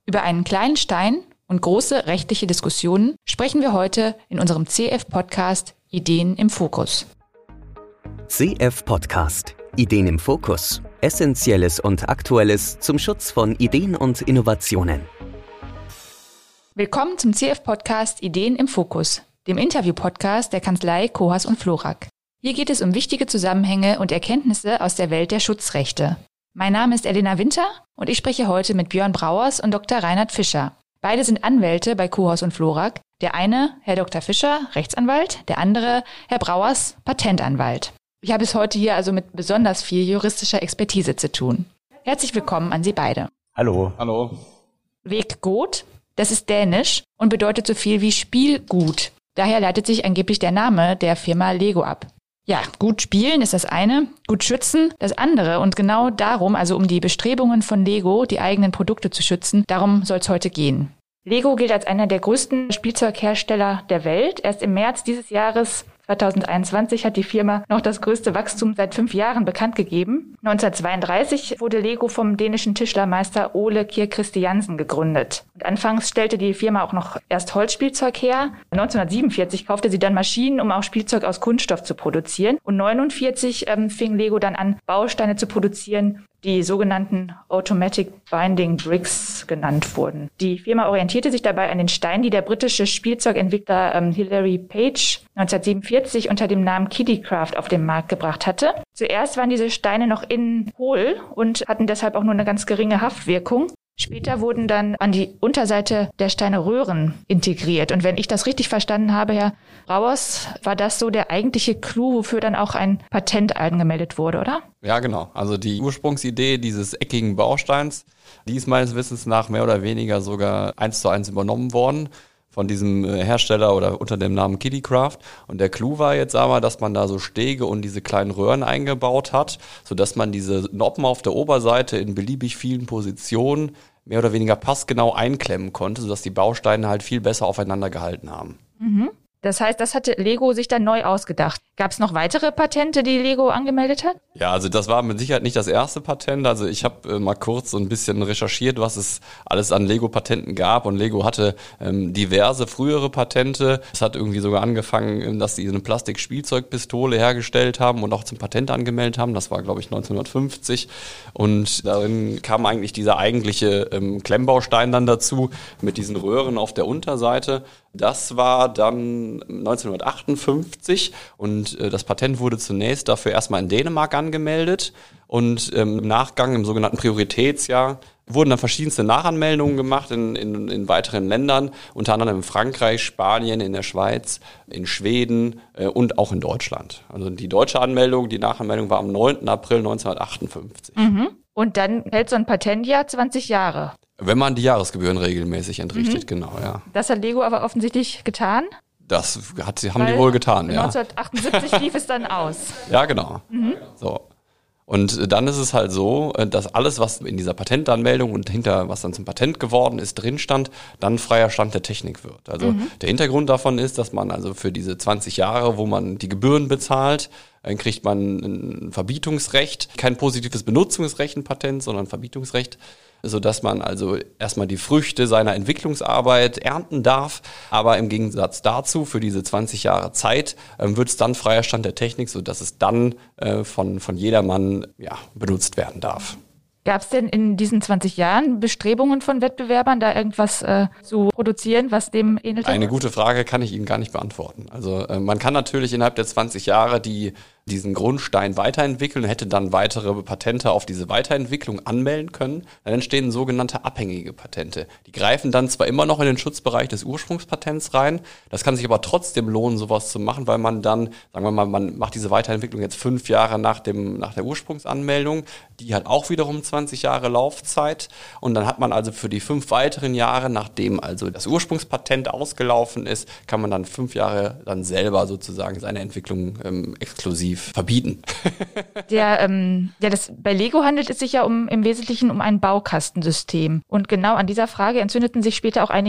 Über einen kleinen Stein und große rechtliche Diskussionen sprechen wir heute in unserem CF-Podcast Ideen im Fokus. CF-Podcast Ideen im Fokus. Essentielles und Aktuelles zum Schutz von Ideen und Innovationen. Willkommen zum CF-Podcast Ideen im Fokus, dem Interview-Podcast der Kanzlei Kohass und Florak. Hier geht es um wichtige Zusammenhänge und Erkenntnisse aus der Welt der Schutzrechte. Mein Name ist Elena Winter und ich spreche heute mit Björn Brauers und Dr. Reinhard Fischer. Beide sind Anwälte bei Kohass und Florak. Der eine, Herr Dr. Fischer, Rechtsanwalt, der andere, Herr Brauers, Patentanwalt. Ich habe es heute hier also mit besonders viel juristischer Expertise zu tun. Herzlich willkommen an Sie beide. Hallo. Hallo. Weggut, das ist dänisch und bedeutet so viel wie Spielgut. Daher leitet sich angeblich der Name der Firma Lego ab. Ja, gut spielen ist das eine, gut schützen das andere. Und genau darum, also um die Bestrebungen von Lego, die eigenen Produkte zu schützen, darum soll es heute gehen. Lego gilt als einer der größten Spielzeughersteller der Welt. Erst im März dieses Jahres 2021 hat die Firma noch das größte Wachstum seit 5 Jahren bekannt gegeben. 1932 wurde Lego vom dänischen Tischlermeister Ole Kirk Christiansen gegründet. Und anfangs stellte die Firma auch noch erst Holzspielzeug her. 1947 kaufte sie dann Maschinen, um auch Spielzeug aus Kunststoff zu produzieren. Und 1949 fing Lego dann an, Bausteine zu produzieren, die sogenannten Automatic Binding Bricks genannt wurden. Die Firma orientierte sich dabei an den Steinen, die der britische Spielzeugentwickler Hilary Page 1947 unter dem Namen Kiddicraft auf den Markt gebracht hatte. Zuerst waren diese Steine noch innen hohl und hatten deshalb auch nur eine ganz geringe Haftwirkung. Später wurden dann an die Unterseite der Steine Röhren integriert. Und wenn ich das richtig verstanden habe, Herr Brauers, war das so der eigentliche Clou, wofür dann auch ein Patent angemeldet wurde, oder? Ja, genau. Also die Ursprungsidee dieses eckigen Bausteins, die ist meines Wissens nach mehr oder weniger sogar 1:1 übernommen worden von diesem Hersteller oder unter dem Namen Kiddicraft. Und der Clou war jetzt aber, dass man da so Stege und diese kleinen Röhren eingebaut hat, sodass man diese Noppen auf der Oberseite in beliebig vielen Positionen mehr oder weniger passgenau einklemmen konnte, sodass die Bausteine halt viel besser aufeinander gehalten haben. Mhm. Das heißt, das hatte Lego sich dann neu ausgedacht. Gab es noch weitere Patente, die Lego angemeldet hat? Ja, also das war mit Sicherheit nicht das erste Patent. Also ich habe mal kurz so ein bisschen recherchiert, was es alles an Lego-Patenten gab. Und Lego hatte diverse frühere Patente. Es hat irgendwie sogar angefangen, dass sie eine Plastik-Spielzeugpistole hergestellt haben und auch zum Patent angemeldet haben. Das war, glaube ich, 1950. Und darin kam eigentlich dieser eigentliche Klemmbaustein dann dazu mit diesen Röhren auf der Unterseite. Das war dann 1958 und das Patent wurde zunächst dafür erstmal in Dänemark angemeldet und im Nachgang, im sogenannten Prioritätsjahr, wurden dann verschiedenste Nachanmeldungen gemacht in weiteren Ländern, unter anderem in Frankreich, Spanien, in der Schweiz, in Schweden und auch in Deutschland. Also die deutsche Anmeldung, die Nachanmeldung war am 9. April 1958. Mhm. Und dann hält so ein Patentjahr 20 Jahre. Wenn man die Jahresgebühren regelmäßig entrichtet, genau, ja. Das hat Lego aber offensichtlich getan. Haben die wohl getan, ja. 1978 lief es dann aus. Ja, genau. Mhm. So. Und dann ist es halt so, dass alles, was in dieser Patentanmeldung und was dann zum Patent geworden ist, drin stand, dann freier Stand der Technik wird. Also der Hintergrund davon ist, dass man also für diese 20 Jahre, wo man die Gebühren bezahlt, dann kriegt man ein Verbietungsrecht, kein positives Benutzungsrecht, ein Patent, sondern ein Verbietungsrecht, sodass man also erstmal die Früchte seiner Entwicklungsarbeit ernten darf. Aber im Gegensatz dazu, für diese 20 Jahre Zeit, wird es dann freier Stand der Technik, sodass es dann von jedermann benutzt werden darf. Gab es denn in diesen 20 Jahren Bestrebungen von Wettbewerbern, da irgendwas zu produzieren, was dem ähnelt? Eine gute Frage kann ich Ihnen gar nicht beantworten. Also man kann natürlich innerhalb der 20 Jahre diesen Grundstein weiterentwickeln, hätte dann weitere Patente auf diese Weiterentwicklung anmelden können. Dann entstehen sogenannte abhängige Patente. Die greifen dann zwar immer noch in den Schutzbereich des Ursprungspatents rein, das kann sich aber trotzdem lohnen, sowas zu machen, weil man dann, sagen wir mal, man macht diese Weiterentwicklung jetzt 5 Jahre nach der Ursprungsanmeldung, die hat auch wiederum 20 Jahre Laufzeit und dann hat man also für die 5 weiteren Jahre, nachdem also das Ursprungspatent ausgelaufen ist, kann man dann 5 Jahre dann selber sozusagen seine Entwicklung exklusiv verbieten. Bei Lego handelt es sich ja im Wesentlichen um ein Baukastensystem. Und genau an dieser Frage entzündeten sich später auch einige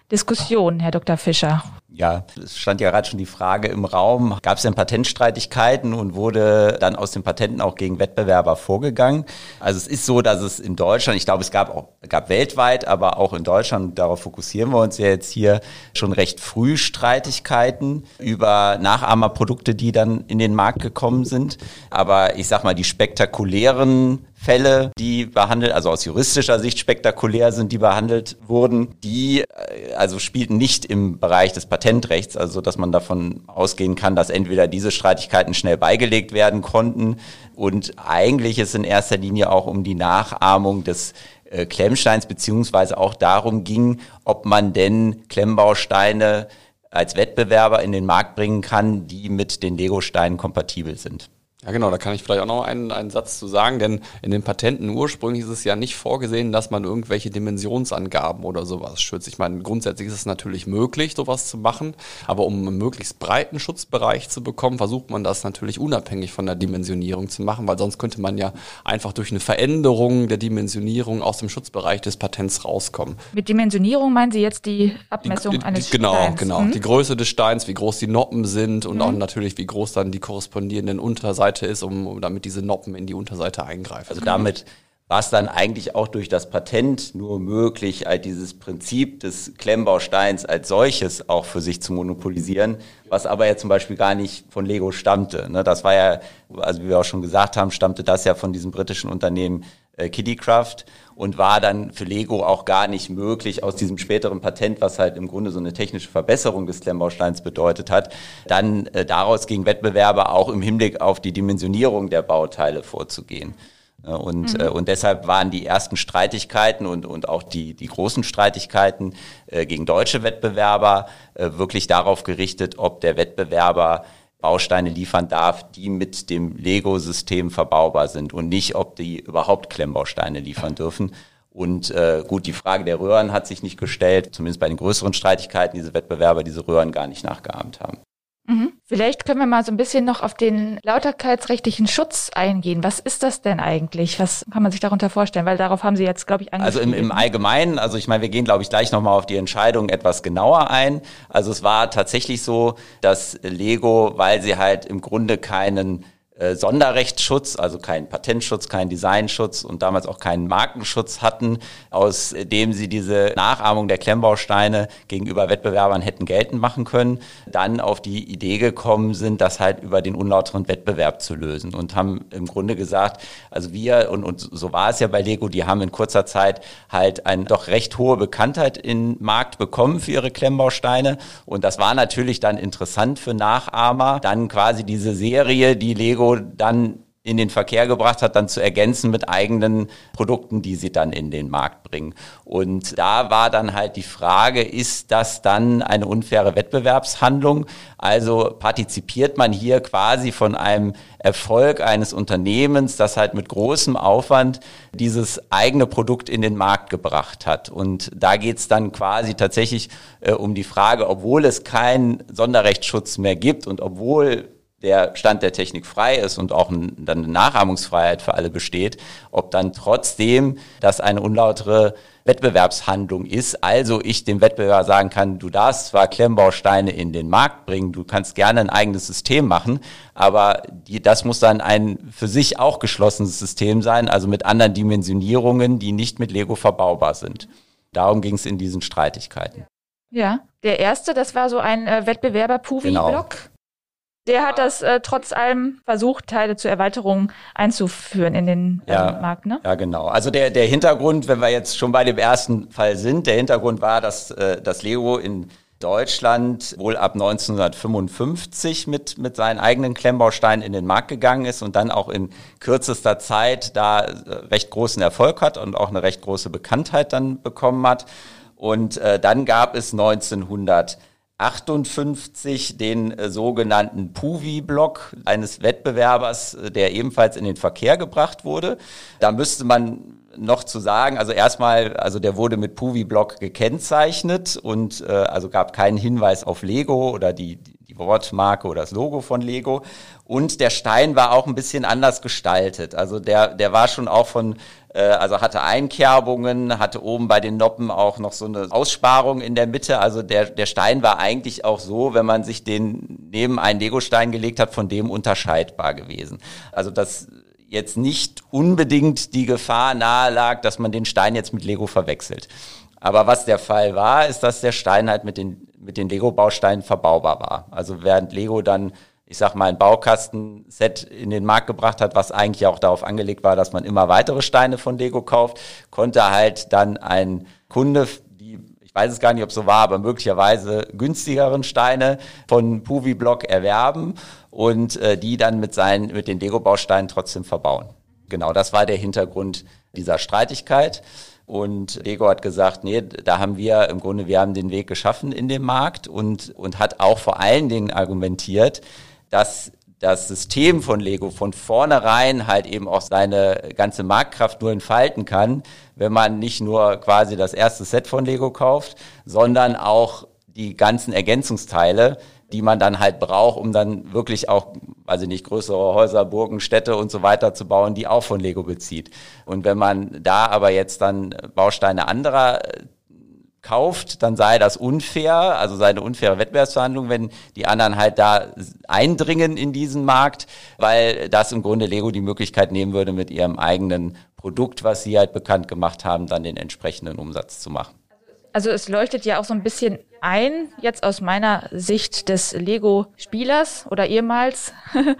Diskussion, Herr Dr. Fischer? Ja, es stand ja gerade schon die Frage im Raum, gab es denn Patentstreitigkeiten und wurde dann aus den Patenten auch gegen Wettbewerber vorgegangen? Also es ist so, dass es in Deutschland, ich glaube es gab weltweit, aber auch in Deutschland, darauf fokussieren wir uns ja jetzt hier, schon recht früh Streitigkeiten über Nachahmerprodukte, die dann in den Markt gekommen sind. Aber ich sag mal, die spektakulären Fälle, die behandelt, also aus juristischer Sicht spektakulär sind, die behandelt wurden, die also spielten nicht im Bereich des Patentrechts, also dass man davon ausgehen kann, dass entweder diese Streitigkeiten schnell beigelegt werden konnten und eigentlich es in erster Linie auch um die Nachahmung des Klemmsteins beziehungsweise auch darum ging, ob man denn Klemmbausteine als Wettbewerber in den Markt bringen kann, die mit den Lego-Steinen kompatibel sind. Ja genau, da kann ich vielleicht auch noch einen Satz zu sagen, denn in den Patenten ursprünglich ist es ja nicht vorgesehen, dass man irgendwelche Dimensionsangaben oder sowas schützt. Ich meine, grundsätzlich ist es natürlich möglich, sowas zu machen, aber um einen möglichst breiten Schutzbereich zu bekommen, versucht man das natürlich unabhängig von der Dimensionierung zu machen, weil sonst könnte man ja einfach durch eine Veränderung der Dimensionierung aus dem Schutzbereich des Patents rauskommen. Mit Dimensionierung meinen Sie jetzt die Abmessung eines Steins? Genau. Die Größe des Steins, wie groß die Noppen sind und auch natürlich, wie groß dann die korrespondierenden Unterseite ist, damit diese Noppen in die Unterseite eingreifen. Also damit war es dann eigentlich auch durch das Patent nur möglich, halt dieses Prinzip des Klemmbausteins als solches auch für sich zu monopolisieren, was aber ja zum Beispiel gar nicht von Lego stammte. Das war ja, also wie wir auch schon gesagt haben, stammte das ja von diesem britischen Unternehmen Kiddicraft und war dann für Lego auch gar nicht möglich, aus diesem späteren Patent, was halt im Grunde so eine technische Verbesserung des Klemmbausteins bedeutet hat, dann daraus gegen Wettbewerber auch im Hinblick auf die Dimensionierung der Bauteile vorzugehen. Und deshalb waren die ersten Streitigkeiten und auch die großen Streitigkeiten gegen deutsche Wettbewerber wirklich darauf gerichtet, ob der Wettbewerber Bausteine liefern darf, die mit dem Lego-System verbaubar sind und nicht, ob die überhaupt Klemmbausteine liefern dürfen. Und gut, die Frage der Röhren hat sich nicht gestellt, zumindest bei den größeren Streitigkeiten, diese Wettbewerber diese Röhren gar nicht nachgeahmt haben. Vielleicht können wir mal so ein bisschen noch auf den lauterkeitsrechtlichen Schutz eingehen. Was ist das denn eigentlich? Was kann man sich darunter vorstellen? Weil darauf haben Sie jetzt, glaube ich, angespielt. Also im Allgemeinen, also ich meine, wir gehen, glaube ich, gleich nochmal auf die Entscheidung etwas genauer ein. Also es war tatsächlich so, dass Lego, weil sie halt im Grunde keinen Sonderrechtsschutz, also keinen Patentschutz, keinen Designschutz und damals auch keinen Markenschutz hatten, aus dem sie diese Nachahmung der Klemmbausteine gegenüber Wettbewerbern hätten geltend machen können, dann auf die Idee gekommen sind, das halt über den unlauteren Wettbewerb zu lösen und haben im Grunde gesagt, also wir, und so war es ja bei Lego, die haben in kurzer Zeit halt eine doch recht hohe Bekanntheit im Markt bekommen für ihre Klemmbausteine und das war natürlich dann interessant für Nachahmer, dann quasi diese Serie, die Lego dann in den Verkehr gebracht hat, dann zu ergänzen mit eigenen Produkten, die sie dann in den Markt bringen. Und da war dann halt die Frage, ist das dann eine unfaire Wettbewerbshandlung? Also partizipiert man hier quasi von einem Erfolg eines Unternehmens, das halt mit großem Aufwand dieses eigene Produkt in den Markt gebracht hat. Und da geht's dann quasi tatsächlich um die Frage, obwohl es keinen Sonderrechtsschutz mehr gibt und obwohl der Stand der Technik frei ist und auch dann eine Nachahmungsfreiheit für alle besteht, ob dann trotzdem das eine unlautere Wettbewerbshandlung ist. Also ich dem Wettbewerber sagen kann, du darfst zwar Klemmbausteine in den Markt bringen, du kannst gerne ein eigenes System machen, aber das muss dann ein für sich auch geschlossenes System sein, also mit anderen Dimensionierungen, die nicht mit Lego verbaubar sind. Darum ging es in diesen Streitigkeiten. Ja, der erste, das war so ein Wettbewerber Puvi-Block. Genau. Der hat das trotz allem versucht, Teile zur Erweiterung einzuführen in den Markt, ne? Ja, genau. Also der Hintergrund, wenn wir jetzt schon bei dem ersten Fall sind, der Hintergrund war, dass Lego in Deutschland wohl ab 1955 mit seinen eigenen Klemmbausteinen in den Markt gegangen ist und dann auch in kürzester Zeit da recht großen Erfolg hat und auch eine recht große Bekanntheit dann bekommen hat. Und dann gab es 1958 den sogenannten Puvi-Block eines Wettbewerbers, der ebenfalls in den Verkehr gebracht wurde. Da müsste man noch zu sagen, also erstmal, also der wurde mit Puvi-Block gekennzeichnet und also gab keinen Hinweis auf Lego oder die die Wortmarke oder das Logo von Lego. Und der Stein war auch ein bisschen anders gestaltet. Also der war schon auch also hatte Einkerbungen, hatte oben bei den Noppen auch noch so eine Aussparung in der Mitte. Also der Stein war eigentlich auch so, wenn man sich den neben einen Lego-Stein gelegt hat, von dem unterscheidbar gewesen. Also das jetzt nicht unbedingt die Gefahr nahe lag, dass man den Stein jetzt mit Lego verwechselt. Aber was der Fall war, ist, dass der Stein halt mit den Lego-Bausteinen verbaubar war. Also während Lego dann, ich sag mal, ein Baukastenset in den Markt gebracht hat, was eigentlich auch darauf angelegt war, dass man immer weitere Steine von Lego kauft, konnte halt dann ein Kunde, ich weiß es gar nicht, ob es so war, aber möglicherweise günstigeren Steine von Puvi-Block erwerben und die dann mit den Lego-Bausteinen trotzdem verbauen. Genau, das war der Hintergrund dieser Streitigkeit. Und Lego hat gesagt, nee, wir haben den Weg geschaffen in dem Markt und hat auch vor allen Dingen argumentiert, dass das System von Lego von vornherein halt eben auch seine ganze Marktkraft nur entfalten kann, wenn man nicht nur quasi das erste Set von Lego kauft, sondern auch die ganzen Ergänzungsteile, die man dann halt braucht, um dann wirklich auch, weiß ich nicht, größere Häuser, Burgen, Städte und so weiter zu bauen, die auch von Lego bezieht. Und wenn man da aber jetzt dann Bausteine anderer kauft, dann sei das unfair, also sei eine unfaire Wettbewerbsverhandlung, wenn die anderen halt da eindringen in diesen Markt, weil das im Grunde Lego die Möglichkeit nehmen würde, mit ihrem eigenen Produkt, was sie halt bekannt gemacht haben, dann den entsprechenden Umsatz zu machen. Also es leuchtet ja auch so ein bisschen ein, jetzt aus meiner Sicht des Lego-Spielers oder ehemals,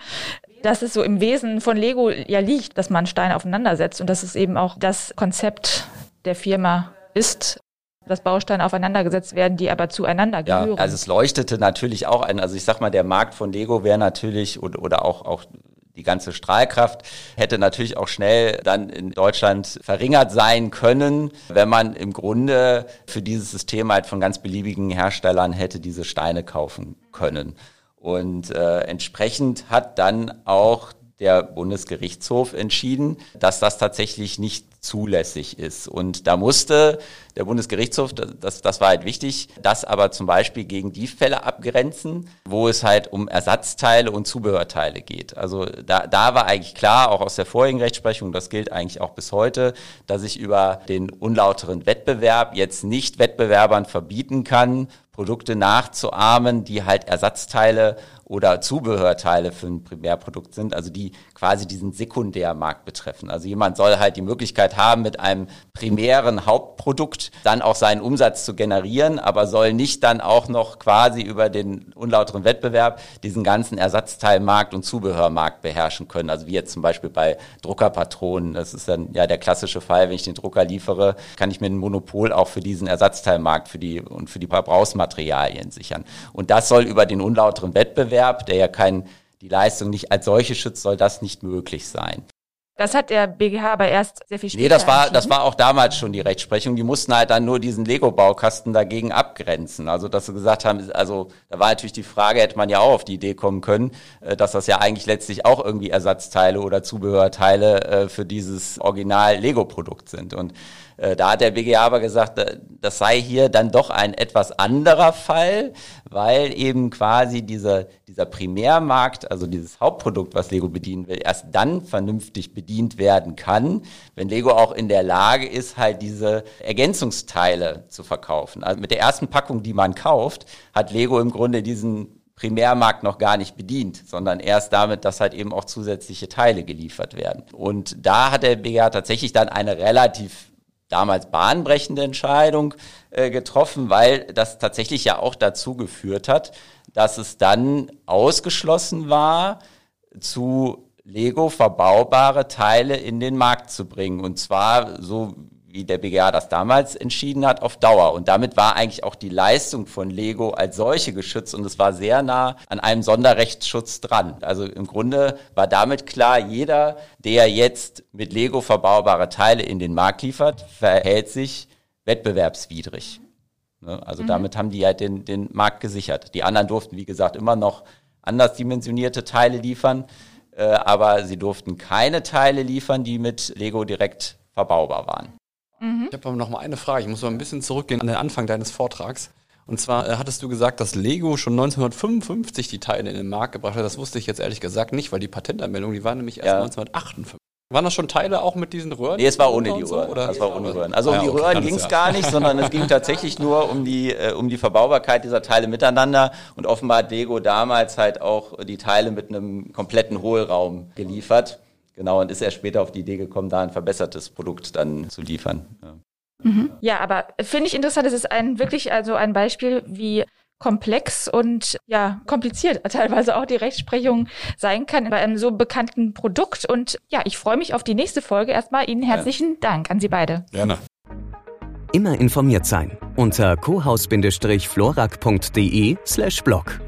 dass es so im Wesen von Lego ja liegt, dass man Steine aufeinandersetzt und dass es eben auch das Konzept der Firma ist, dass Bausteine aufeinandergesetzt werden, die aber zueinander gehören. Ja, also es leuchtete natürlich auch ein, also ich sag mal, der Markt von Lego wäre natürlich oder auch die ganze Strahlkraft hätte natürlich auch schnell dann in Deutschland verringert sein können, wenn man im Grunde für dieses System halt von ganz beliebigen Herstellern hätte diese Steine kaufen können. Und entsprechend hat dann auch der Bundesgerichtshof entschieden, dass das tatsächlich nicht zulässig ist. Und da musste der Bundesgerichtshof, das war halt wichtig, das aber zum Beispiel gegen die Fälle abgrenzen, wo es halt um Ersatzteile und Zubehörteile geht. Also da war eigentlich klar, auch aus der vorigen Rechtsprechung, das gilt eigentlich auch bis heute, dass ich über den unlauteren Wettbewerb jetzt nicht Wettbewerbern verbieten kann, Produkte nachzuahmen, die halt Ersatzteile oder Zubehörteile für ein Primärprodukt sind, also die quasi diesen Sekundärmarkt betreffen. Also jemand soll halt die Möglichkeit haben, mit einem primären Hauptprodukt dann auch seinen Umsatz zu generieren, aber soll nicht dann auch noch quasi über den unlauteren Wettbewerb diesen ganzen Ersatzteilmarkt und Zubehörmarkt beherrschen können. Also wie jetzt zum Beispiel bei Druckerpatronen. Das ist dann ja der klassische Fall, wenn ich den Drucker liefere, kann ich mir ein Monopol auch für diesen Ersatzteilmarkt für die Verbrauchsmaterialien sichern. Und das soll über den unlauteren Wettbewerb, der ja die Leistung nicht als solche schützt, soll das nicht möglich sein. Das hat der BGH aber erst sehr viel später Nee, das war auch damals schon die Rechtsprechung. Die mussten halt dann nur diesen Lego-Baukasten dagegen abgrenzen. Also, dass sie gesagt haben, also da war natürlich die Frage, hätte man ja auch auf die Idee kommen können, dass das ja eigentlich letztlich auch irgendwie Ersatzteile oder Zubehörteile für dieses Original-Lego-Produkt sind. Und da hat der BGH aber gesagt, das sei hier dann doch ein etwas anderer Fall, weil eben quasi dieser Primärmarkt, also dieses Hauptprodukt, was Lego bedienen will, erst dann vernünftig bedient werden kann, wenn Lego auch in der Lage ist, halt diese Ergänzungsteile zu verkaufen. Also mit der ersten Packung, die man kauft, hat Lego im Grunde diesen Primärmarkt noch gar nicht bedient, sondern erst damit, dass halt eben auch zusätzliche Teile geliefert werden. Und da hat der BGH tatsächlich dann eine relativ damals bahnbrechende Entscheidung getroffen, weil das tatsächlich ja auch dazu geführt hat, dass es dann ausgeschlossen war, zu Lego verbaubare Teile in den Markt zu bringen. Und zwar so, wie der BGH das damals entschieden hat, auf Dauer. Und damit war eigentlich auch die Leistung von Lego als solche geschützt und es war sehr nah an einem Sonderrechtsschutz dran. Also im Grunde war damit klar, jeder, der jetzt mit Lego verbaubare Teile in den Markt liefert, verhält sich wettbewerbswidrig. Also damit haben die halt den Markt gesichert. Die anderen durften, wie gesagt, immer noch anders dimensionierte Teile liefern, aber sie durften keine Teile liefern, die mit Lego direkt verbaubar waren. Ich habe aber noch mal eine Frage. Ich muss mal ein bisschen zurückgehen an den Anfang deines Vortrags. Und zwar hattest du gesagt, dass Lego schon 1955 die Teile in den Markt gebracht hat. Das wusste ich jetzt ehrlich gesagt nicht, weil die Patentanmeldung, die war nämlich erst 1958. Waren das schon Teile auch mit diesen Röhren? Nee, es war ohne die Röhren. Das war ohne Röhren. Also um die Röhren ging es gar nicht, sondern es ging tatsächlich nur um die Verbaubarkeit dieser Teile miteinander. Und offenbar hat Lego damals halt auch die Teile mit einem kompletten Hohlraum geliefert. Genau, und ist erst später auf die Idee gekommen, da ein verbessertes Produkt dann zu liefern. Ja, aber finde ich interessant, es ist ein Beispiel, wie komplex und kompliziert teilweise auch die Rechtsprechung sein kann bei einem so bekannten Produkt. Und ja, ich freue mich auf die nächste Folge. Erstmal Ihnen herzlichen Dank an Sie beide. Gerne. Immer informiert sein unter cohaus-florak.de/blog.